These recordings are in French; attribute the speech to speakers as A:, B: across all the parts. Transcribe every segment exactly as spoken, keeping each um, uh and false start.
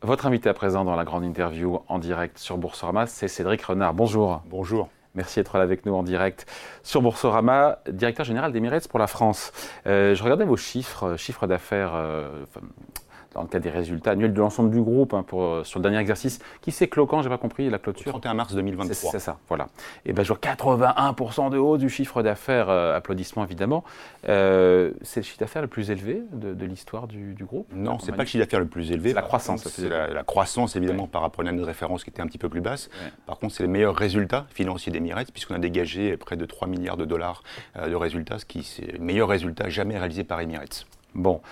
A: Votre invité à présent dans la grande interview en direct sur Boursorama, c'est Cédric Renard. Bonjour.
B: Bonjour.
A: Merci d'être là avec nous en direct sur Boursorama, directeur général d'Emirates pour la France. Euh, je regardais vos chiffres, chiffres d'affaires, euh, dans le cas des résultats annuels de l'ensemble du groupe, hein, pour, sur le dernier exercice, qui s'est clos, j'ai pas compris, la clôture.
B: trente et un mars deux mille vingt-trois.
A: C'est, c'est ça, voilà. Et ben je vois quatre-vingt-un pour cent de hausse du chiffre d'affaires, euh, applaudissements évidemment. Euh, c'est le chiffre d'affaires le plus élevé de, de l'histoire du, du groupe?
B: Non, c'est pas le chiffre d'affaires le plus élevé.
A: C'est la croissance.
B: C'est la, la croissance évidemment, ouais, par rapport à une année de référence qui était un petit peu plus basse.
A: Ouais.
B: Par contre, c'est les meilleurs résultats financiers d'Emirates, puisqu'on a dégagé près de trois milliards de dollars euh, de résultats, ce qui est le meilleur résultat jamais réalisé par Emirates.
A: Bon.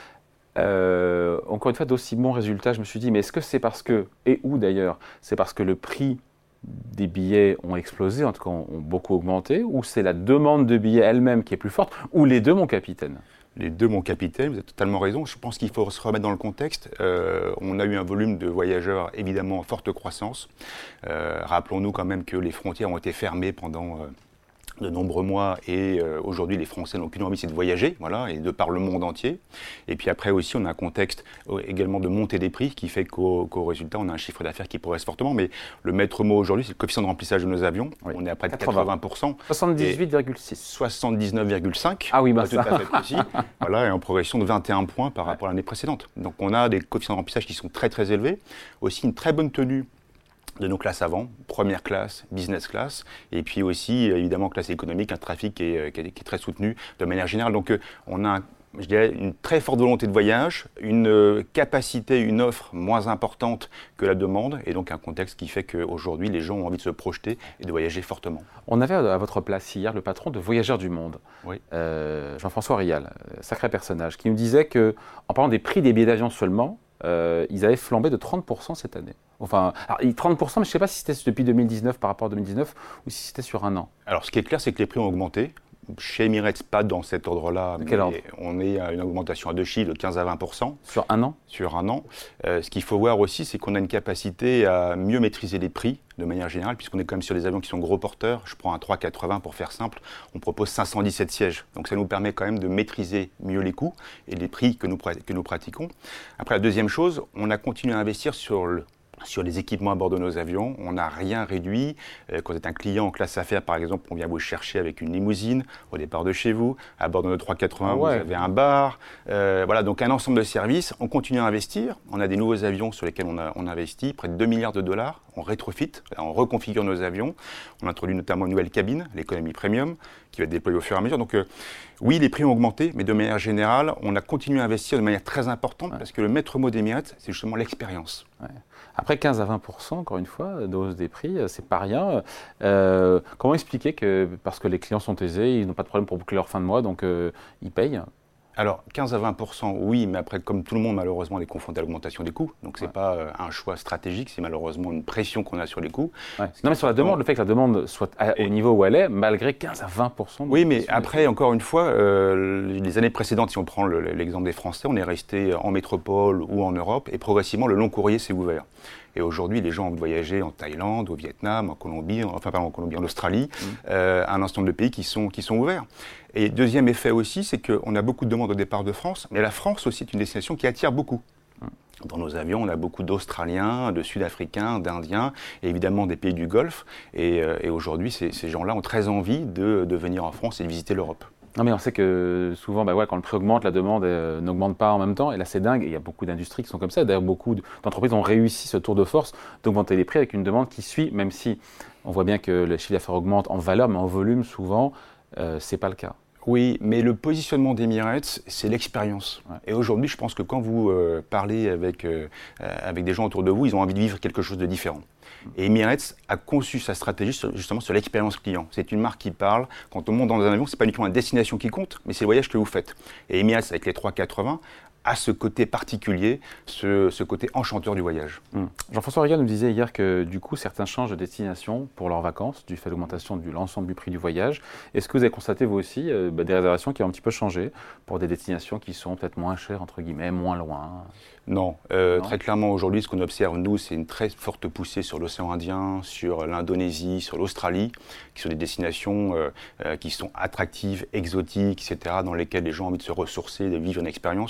A: Euh, encore une fois, d'aussi bons résultats, je me suis dit, mais est-ce que c'est parce que, et où d'ailleurs, c'est parce que le prix des billets ont explosé, en tout cas ont beaucoup augmenté, ou c'est la demande de billets elle-même qui est plus forte, ou les deux, mon capitaine?
B: Les deux, mon capitaine, vous avez totalement raison. Je pense qu'il faut se remettre dans le contexte. Euh, on a eu un volume de voyageurs évidemment en forte croissance. Euh, rappelons-nous quand même que les frontières ont été fermées pendant... Euh, de nombreux mois et euh, aujourd'hui les Français n'ont qu'une envie, c'est de voyager, voilà, et de par le monde entier. Et puis après aussi on a un contexte euh, également de montée des prix qui fait qu'au, qu'au résultat on a un chiffre d'affaires qui progresse fortement, mais le maître mot aujourd'hui c'est le coefficient de remplissage de nos avions, oui. On est à près de quatre-vingts pour cent.
A: soixante-dix-huit virgule six.
B: soixante-dix-neuf virgule cinq.
A: Ah oui, bah
B: tout
A: ça.
B: à fait précis. Voilà, et en progression de vingt et un points par ouais. rapport à l'année précédente. Donc on a des coefficients de remplissage qui sont très très élevés, aussi une très bonne tenue de nos classes avant, première classe, business class, et puis aussi évidemment classe économique, un trafic qui est, qui est, qui est très soutenu de manière générale. Donc euh, on a, je dirais, une très forte volonté de voyage, une euh, capacité, une offre moins importante que la demande, et donc un contexte qui fait qu'aujourd'hui les gens ont envie de se projeter et de voyager fortement.
A: On avait à votre place hier le patron de Voyageurs du Monde, oui. euh, Jean-François Rial, sacré personnage, qui nous disait qu'en parlant des prix des billets d'avion seulement, Euh, ils avaient flambé de trente pour cent cette année. Enfin, alors, trente pour cent, mais je ne sais pas si c'était depuis deux mille dix-neuf par rapport à deux mille dix-neuf ou si c'était sur un an.
B: Alors, ce qui est clair, c'est que les prix ont augmenté. Chez Emirates, pas dans cet ordre-là, mais
A: ordre
B: on est à une augmentation à deux chiffres de quinze à vingt pour cent.
A: Sur un an
B: Sur un an. Euh, ce qu'il faut voir aussi, c'est qu'on a une capacité à mieux maîtriser les prix de manière générale, puisqu'on est quand même sur des avions qui sont gros porteurs. Je prends un trois cent quatre-vingts pour faire simple, on propose cinq cent dix-sept sièges. Donc ça nous permet quand même de maîtriser mieux les coûts et les prix que nous, que nous pratiquons. Après, la deuxième chose, on a continué à investir sur le Sur les équipements à bord de nos avions, on n'a rien réduit. Euh, quand vous êtes un client en classe affaires, par exemple, on vient vous chercher avec une limousine au départ de chez vous. À bord de notre trois cent quatre-vingts, ah ouais. Vous avez un bar. Euh, voilà, donc un ensemble de services. On continue à investir. On a des nouveaux avions sur lesquels on, a, on investit, près de deux milliards de dollars. On rétrofit, on reconfigure nos avions. On introduit notamment une nouvelle cabine, l'économie premium, qui va être déployée au fur et à mesure. Donc euh, oui, les prix ont augmenté, mais de manière générale, on a continué à investir de manière très importante, ouais. Parce que le maître mot d'Emirates, c'est justement l'expérience.
A: Ouais. Après quinze à vingt pour cent, encore une fois, de hausse des prix, c'est pas rien. Euh, comment expliquer que, parce que les clients sont aisés, ils n'ont pas de problème pour boucler leur fin de mois, donc euh, ils payent?
B: Alors, quinze à vingt pour cent, oui, mais après, comme tout le monde, malheureusement, on est confronté à l'augmentation des coûts. Donc, ce n'est ouais. pas euh, un choix stratégique, c'est malheureusement une pression qu'on a sur les coûts.
A: Ouais. Non, mais sur la demande, le fait que la demande soit à, au niveau où elle est, malgré quinze à vingt pour cent.
B: Oui, mais après, encore une fois, euh, les années précédentes, si on prend le, l'exemple des Français, on est resté en métropole ou en Europe, et progressivement, le long courrier s'est ouvert. Et aujourd'hui, les gens ont voyagé en Thaïlande, au Vietnam, en Colombie, enfin pardon, en Colombie, en Australie, mmh. euh, un ensemble de pays qui sont, qui sont ouverts. Et deuxième effet aussi, c'est qu'on a beaucoup de demandes au départ de France, mais la France aussi est une destination qui attire beaucoup. Mmh. Dans nos avions, on a beaucoup d'Australiens, de Sud-Africains, d'Indiens, et évidemment des pays du Golfe. Et, euh, et aujourd'hui, ces, ces gens-là ont très envie de, de venir en France et de visiter l'Europe.
A: Non mais on sait que souvent, bah ouais, quand le prix augmente, la demande euh, n'augmente pas en même temps. Et là, c'est dingue. Et il y a beaucoup d'industries qui sont comme ça. D'ailleurs, beaucoup d'entreprises ont réussi ce tour de force d'augmenter les prix avec une demande qui suit, même si on voit bien que le chiffre d'affaires augmente en valeur, mais en volume, souvent, euh, c'est pas le cas.
B: Oui, mais le positionnement d'Emirates, c'est l'expérience. Ouais. Et aujourd'hui, je pense que quand vous euh, parlez avec, euh, avec des gens autour de vous, ils ont envie de vivre quelque chose de différent. Et Emirates a conçu sa stratégie sur, justement sur l'expérience client. C'est une marque qui parle. Quand on monte dans un avion, ce n'est pas uniquement la destination qui compte, mais c'est le voyage que vous faites. Et Emirates, avec les trois cent quatre-vingts, a ce côté particulier, ce, ce côté enchanteur du voyage.
A: Mmh. Jean-François Rial nous disait hier que du coup, certains changent de destination pour leurs vacances, du fait de l'augmentation de l'ensemble du prix du voyage. Est-ce que vous avez constaté, vous aussi, euh, bah, des réservations qui ont un petit peu changé pour des destinations qui sont peut-être moins chères, entre guillemets, moins loin?
B: Non, euh, non. Très clairement, aujourd'hui, ce qu'on observe, nous, c'est une très forte poussée sur l'océan Indien, sur l'Indonésie, sur l'Australie, qui sont des destinations euh, euh, qui sont attractives, exotiques, et cetera, dans lesquelles les gens ont envie de se ressourcer, de vivre une expérience.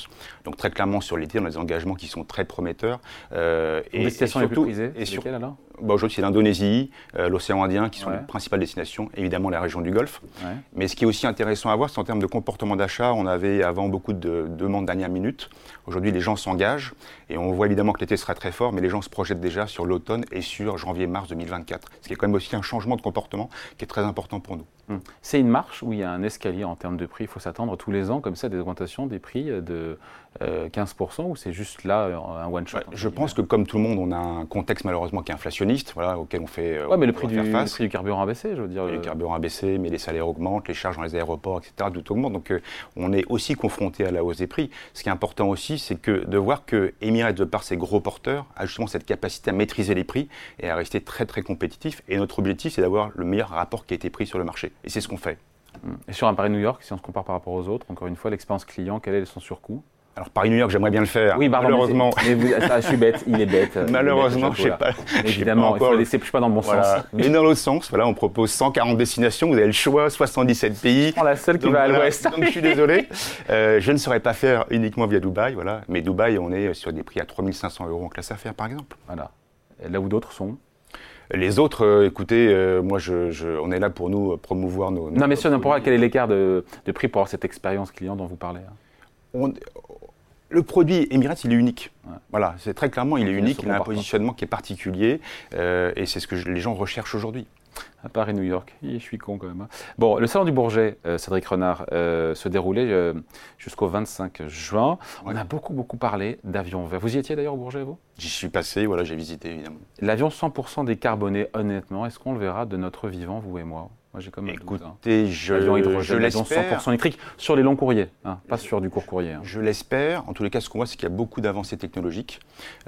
B: Donc très clairement sur l'été, on a des engagements qui sont très prometteurs. Euh,
A: et destinations les plus prisées,
B: et sur,
A: lesquelles alors
B: bah, aujourd'hui, c'est l'Indonésie, euh, l'océan Indien qui sont
A: ouais.
B: les principales destinations, évidemment la région du Golfe.
A: Ouais.
B: Mais ce qui est aussi intéressant à voir, c'est en termes de comportement d'achat. On avait avant beaucoup de demandes dernière minute. Aujourd'hui, les gens s'engagent et on voit évidemment que l'été sera très fort, mais les gens se projettent déjà sur l'automne et sur janvier-mars deux mille vingt-quatre. Ce qui est quand même aussi un changement de comportement qui est très important pour nous.
A: Hum. C'est une marche où il y a un escalier en termes de prix. Il faut s'attendre tous les ans comme ça à des augmentations des prix de euh, quinze pour cent ou c'est juste là un one-shot?
B: Ouais, je pense que comme tout le monde, on a un contexte malheureusement qui est inflationniste, voilà, auquel on fait
A: ouais, mais le prix, du, le prix du carburant a baissé, je veux dire.
B: Le
A: euh...
B: carburant a baissé, mais les salaires augmentent, les charges dans les aéroports, et cetera, tout augmente. Donc euh, on est aussi confronté à la hausse des prix. Ce qui est important aussi, c'est que de voir que Emirates, de par ses gros porteurs, a justement cette capacité à maîtriser les prix et à rester très très compétitif. Et notre objectif, c'est d'avoir le meilleur rapport qui a été pris sur le marché. Et c'est ce qu'on fait.
A: Et sur un Paris-New York, si on se compare par rapport aux autres, encore une fois, l'expérience client, quel est son surcoût?
B: Alors Paris-New York, j'aimerais bien le faire.
A: Oui, pardon,
B: malheureusement.
A: Mais, mais vous, ça, je suis bête, il est bête.
B: Malheureusement, je ne sais pas.
A: Évidemment, il faut laisser, je ne suis pas dans le bon
B: voilà.
A: sens.
B: Mais dans l'autre sens, voilà, on propose cent quarante destinations, vous avez le choix, soixante-dix-sept pays.
A: Je prends la seule qui
B: donc,
A: va
B: voilà,
A: à l'ouest.
B: Donc je suis désolé. Euh, je ne saurais pas faire uniquement via Dubaï, voilà. Mais Dubaï, on est sur des prix à trois mille cinq cents euros en classe affaires, par exemple.
A: Voilà. Et là où d'autres sont?
B: Les autres, euh, écoutez, euh, moi, je, je, on est là pour nous promouvoir nos...
A: Non, mais sur n'importe quel est l'écart de, de prix pour avoir cette expérience client dont vous parlez hein.
B: on, Le produit Emirates, il est unique. Ouais. Voilà, c'est très clairement, il est unique, il a un positionnement qui est particulier euh, et c'est ce que je, les gens recherchent aujourd'hui.
A: À Paris, New York, je suis con quand même. Hein. Bon, le salon du Bourget, euh, Cédric Renard, euh, se déroulait euh, jusqu'au vingt-cinq juin. Ouais. On a beaucoup, beaucoup parlé d'avions verts. Vous y étiez d'ailleurs au Bourget, vous?
B: J'y suis passé, voilà, j'ai visité évidemment.
A: L'avion cent pour cent décarboné, honnêtement, est-ce qu'on le verra de notre vivant, vous et moi? Moi, j'ai comme un
B: Écoutez,
A: doute,
B: hein. je, je l'espère.
A: cent pour cent électrique sur les longs courriers, hein, pas sur du court courrier. Hein.
B: Je l'espère. En tous les cas, ce qu'on voit, c'est qu'il y a beaucoup d'avancées technologiques,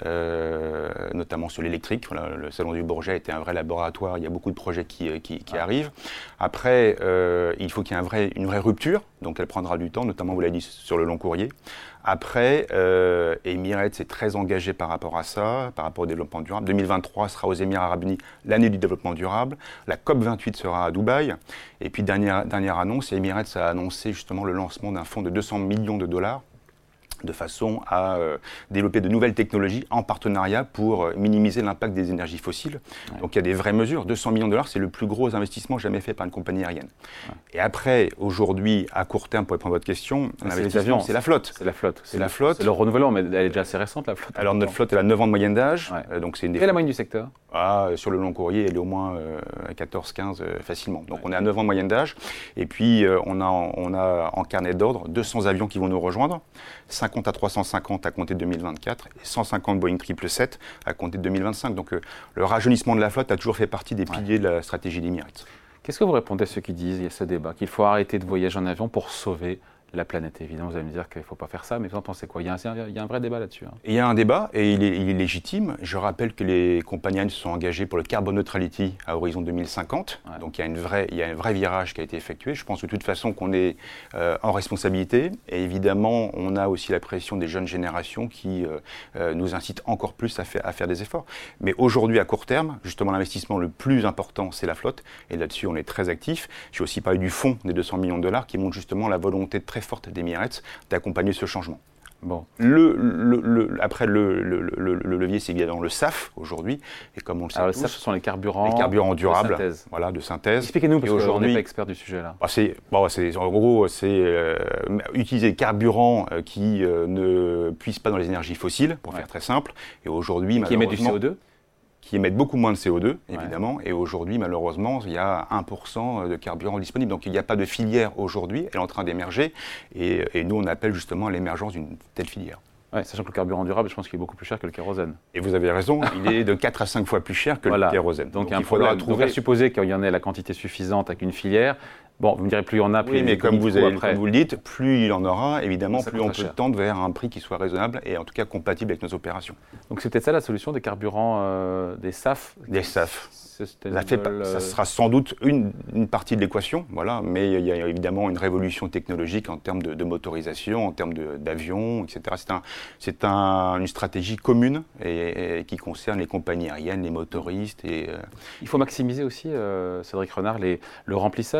B: euh, notamment sur l'électrique. Voilà, le salon du Bourget était un vrai laboratoire. Il y a beaucoup de projets qui, qui, qui ouais. arrivent. Après, euh, il faut qu'il y ait un vrai, une vraie rupture. Donc, elle prendra du temps, notamment, vous l'avez dit, sur le long courrier. Après, euh, Emirates est très engagé par rapport à ça, par rapport au développement durable. deux mille vingt-trois sera aux Émirats Arabes Unis l'année du développement durable. La COP vingt-huit sera à Dubaï. Et puis, dernière, dernière annonce, Emirates a annoncé justement le lancement d'un fonds de deux cents millions de dollars de façon à euh, développer de nouvelles technologies en partenariat pour euh, minimiser l'impact des énergies fossiles. Ouais. Donc il y a des vraies mesures. deux cents millions de dollars, c'est le plus gros investissement jamais fait par une compagnie aérienne. Ouais. Et après, aujourd'hui, à court terme, pour répondre à votre question, l'investissement, c'est la flotte.
A: C'est la flotte.
B: C'est la flotte.
A: C'est le renouvellement, mais elle est déjà assez récente, la flotte.
B: Alors notre flotte, elle a neuf ans de moyenne d'âge.
A: Ouais.
B: Euh, donc c'est une des
A: Quelle est la moyenne du secteur?
B: Ah, sur le long courrier, elle est au moins euh, à quatorze quinze euh, facilement. Donc ouais. on est à neuf ans de moyenne d'âge. Et puis euh, on, a, on a en carnet d'ordre deux cents avions qui vont nous rejoindre, cinquante à trois cent cinquante à compter de deux mille vingt-quatre et cent cinquante Boeing sept sept sept à compter de deux mille vingt-cinq. Donc euh, le rajeunissement de la flotte a toujours fait partie des piliers ouais. de la stratégie d'Emirates.
A: Qu'est-ce que vous répondez à ceux qui disent, il y a ce débat, qu'il faut arrêter de voyager en avion pour sauver la planète? Évidemment, vous allez me dire qu'il ne faut pas faire ça, mais vous en pensez quoi? Il y a un, il y a un vrai débat là-dessus. Hein.
B: Il y a un débat et il est, il est légitime. Je rappelle que les compagnies aériennes se sont engagées pour le carbon neutrality à horizon deux mille cinquante. Ouais. Donc il y a une vraie, il y a un vrai virage qui a été effectué. Je pense de toute façon qu'on est euh, en responsabilité. Et évidemment, on a aussi la pression des jeunes générations qui euh, euh, nous incitent encore plus à faire, à faire des efforts. Mais aujourd'hui, à court terme, justement, l'investissement le plus important, c'est la flotte. Et là-dessus, on est très actif. J'ai aussi parlé du fonds des deux cents millions de dollars qui montre justement la volonté de très forte d'Emirates d'accompagner ce changement.
A: Bon.
B: Le, le, le, après, le, le, le, le levier, c'est évidemment le S A F aujourd'hui. Et comme on le sait
A: Alors,
B: tous,
A: le S A F, ce sont les carburants,
B: les carburants durables,
A: de synthèse.
B: Voilà, de synthèse.
A: Expliquez-nous, parce qu'on n'est pas expert du sujet là.
B: Bah c'est, bah c'est, en gros, c'est euh, utiliser des carburants euh, qui euh, ne puissent pas dans les énergies fossiles, pour ouais. faire très simple. Et aujourd'hui,
A: qui émettent du C O deux
B: qui émettent beaucoup moins de C O deux, évidemment. Ouais. Et aujourd'hui, malheureusement, il y a un pour cent de carburant disponible. Donc, il n'y a pas de filière aujourd'hui. Elle est en train d'émerger. Et, et nous, on appelle justement à l'émergence d'une telle filière.
A: Ouais, sachant que le carburant durable, je pense qu'il est beaucoup plus cher que le kérosène.
B: Et vous avez raison, il est de quatre à cinq fois plus cher que voilà. le kérosène.
A: Donc, Donc il faudra trouver... Donc, à supposer qu'il y en ait la quantité suffisante avec une filière. Bon, vous me direz, plus il y en a, plus
B: oui,
A: il y
B: mais comme vous, avez,
A: après.
B: comme vous le dites, plus il y en aura, évidemment,
A: ça
B: plus on peut tendre vers un prix qui soit raisonnable et en tout cas compatible avec nos opérations.
A: Donc c'est peut-être ça la solution des carburants, euh, des S A F
B: Des S A F. Ça, fait pas, ça sera sans doute une, une partie de l'équation, voilà, mais il y a évidemment une révolution technologique en termes de, de motorisation, en termes de, d'avions, et cetera. C'est, un, c'est un, une stratégie commune et, et qui concerne les compagnies aériennes, les motoristes. Et, euh...
A: Il faut maximiser aussi, euh, Cédric Renard, les, le remplissage. C'est bien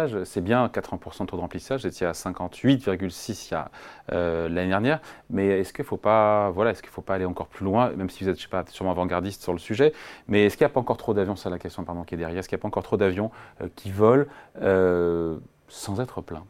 A: bien quatre-vingts pour cent de taux de remplissage, vous étiez à cinquante-huit virgule six euh, l'année dernière. Mais est-ce qu'il ne faut pas, voilà, est-ce qu'il faut pas aller encore plus loin, même si vous êtes, je sais pas, sûrement avant-gardiste sur le sujet, mais est-ce qu'il n'y a pas encore trop d'avions, c'est la question pardon, qui est derrière, est-ce qu'il n'y a pas encore trop d'avions euh, qui volent euh, sans être pleins?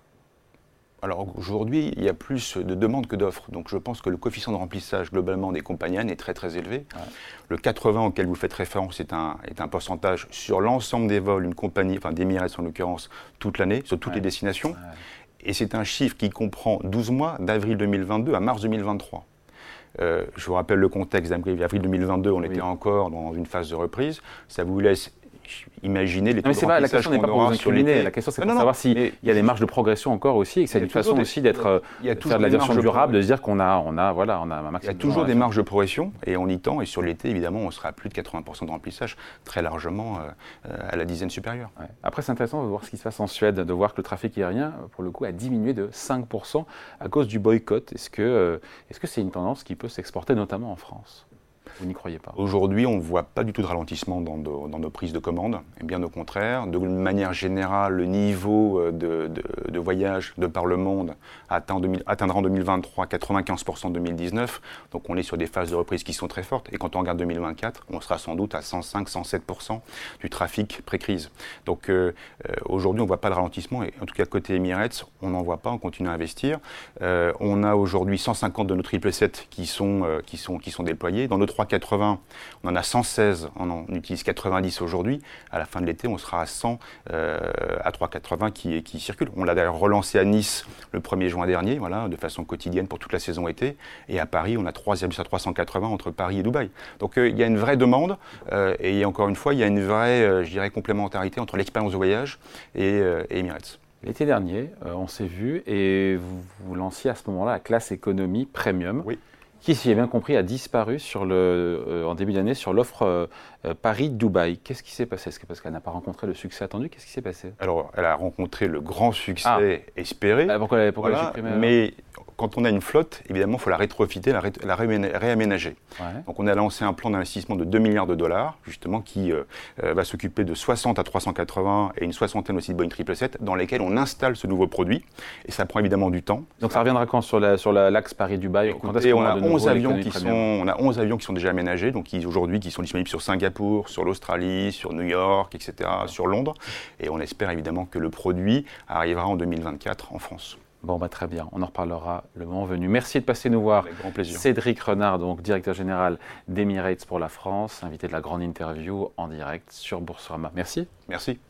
B: Alors aujourd'hui, il y a plus de demandes que d'offres. Donc je pense que le coefficient de remplissage globalement des compagnies aériennes est très très élevé. Ouais. Le quatre-vingts auquel vous faites référence est un, est un pourcentage sur l'ensemble des vols, une compagnie, enfin d'Emirates en l'occurrence, toute l'année, sur toutes ouais. les destinations. Ouais. Et c'est un chiffre qui comprend douze mois, d'avril deux mille vingt-deux à mars deux mille vingt-trois. Euh, je vous rappelle le contexte d'avril deux mille vingt-deux, on oui. était encore dans une phase de reprise. Ça vous laisse imaginer les taux
A: non, mais
B: de remplissage.
A: La question n'est pas pour vous incriminer, la question c'est pour non, savoir s'il y a des marges de progression encore aussi, et que c'est une façon des, aussi d'être, de faire de l'aviation durable, de se dire qu'on a, on a, voilà, on a un maximum.
B: Il y a toujours des marges de progression, et on y tend, et sur l'été, évidemment, on sera à plus de quatre-vingts pour cent de remplissage, très largement euh, à la dizaine supérieure.
A: Ouais. Après, c'est intéressant de voir ce qui se passe en Suède, de voir que le trafic aérien, pour le coup, a diminué de cinq pour cent à cause du boycott. Est-ce que, euh, est-ce que c'est une tendance qui peut s'exporter, notamment en France ? Vous n'y croyez pas?
B: Aujourd'hui, on ne voit pas du tout de ralentissement dans, de, dans nos prises de commandes, et bien au contraire. De manière générale, le niveau de, de, de voyage de par le monde atteint deux mille, atteindra en deux mille vingt-trois quatre-vingt-quinze pour cent en deux mille dix-neuf, donc on est sur des phases de reprise qui sont très fortes, et quand on regarde deux mille vingt-quatre, on sera sans doute à cent cinq à cent sept pour cent du trafic pré-crise. Donc euh, aujourd'hui, on ne voit pas de ralentissement, et en tout cas côté Emirates, on n'en voit pas, on continue à investir. Euh, on a aujourd'hui cent cinquante de nos triple sept qui sont, euh, qui sont, qui sont déployés. Dans nos trois quatre-vingts, on en a cent seize, on en utilise quatre-vingt-dix aujourd'hui. À la fin de l'été, on sera à cent euh, à trois quatre-vingts qui, qui circulent. On l'a d'ailleurs relancé à Nice le premier juin dernier, voilà, de façon quotidienne pour toute la saison été. Et à Paris, on a trois cent quatre-vingts entre Paris et Dubaï. Donc euh, il y a une vraie demande euh, et encore une fois, il y a une vraie, euh, je dirais, complémentarité entre l'expérience de voyage et, euh, et Emirates.
A: L'été dernier, euh, on s'est vu et vous, vous lanciez à ce moment-là la classe économie premium.
B: Oui.
A: Qui, si j'ai bien compris, a disparu sur le, euh, en début d'année sur l'offre euh, euh, Paris-Dubaï. Qu'est-ce qui s'est passé? Est-ce que parce qu'elle n'a pas rencontré le succès attendu? Qu'est-ce qui s'est passé?
B: Alors, elle a rencontré le grand succès ah. espéré.
A: Ah, pourquoi elle, pourquoi
B: voilà, elle mais quand on a une flotte, évidemment, il faut la rétrofiter, la, ré, la réaménager. Ouais. Donc, on a lancé un plan d'investissement de deux milliards de dollars, justement, qui euh, va s'occuper de soixante à trois cent quatre-vingts et une soixantaine aussi de Boeing sept sept sept, dans lesquels on installe ce nouveau produit. Et ça prend évidemment du temps.
A: Donc, ça reviendra quand sur, la, sur la, l'axe Paris-Dubaï?
B: Et on a onze avions qui sont, on a onze avions qui sont déjà aménagés, donc qui, aujourd'hui, qui sont disponibles sur Singapour, sur l'Australie, sur New York, et cetera, sur Londres. Et on espère évidemment que le produit arrivera en deux mille vingt-quatre en France.
A: Bon, bah, très bien, on en reparlera le moment venu. Merci de passer nous voir.
B: Avec grand plaisir.
A: Cédric Renard, donc directeur général d'Emirates pour la France, invité de la grande interview en direct sur Boursorama. Merci.
B: Merci.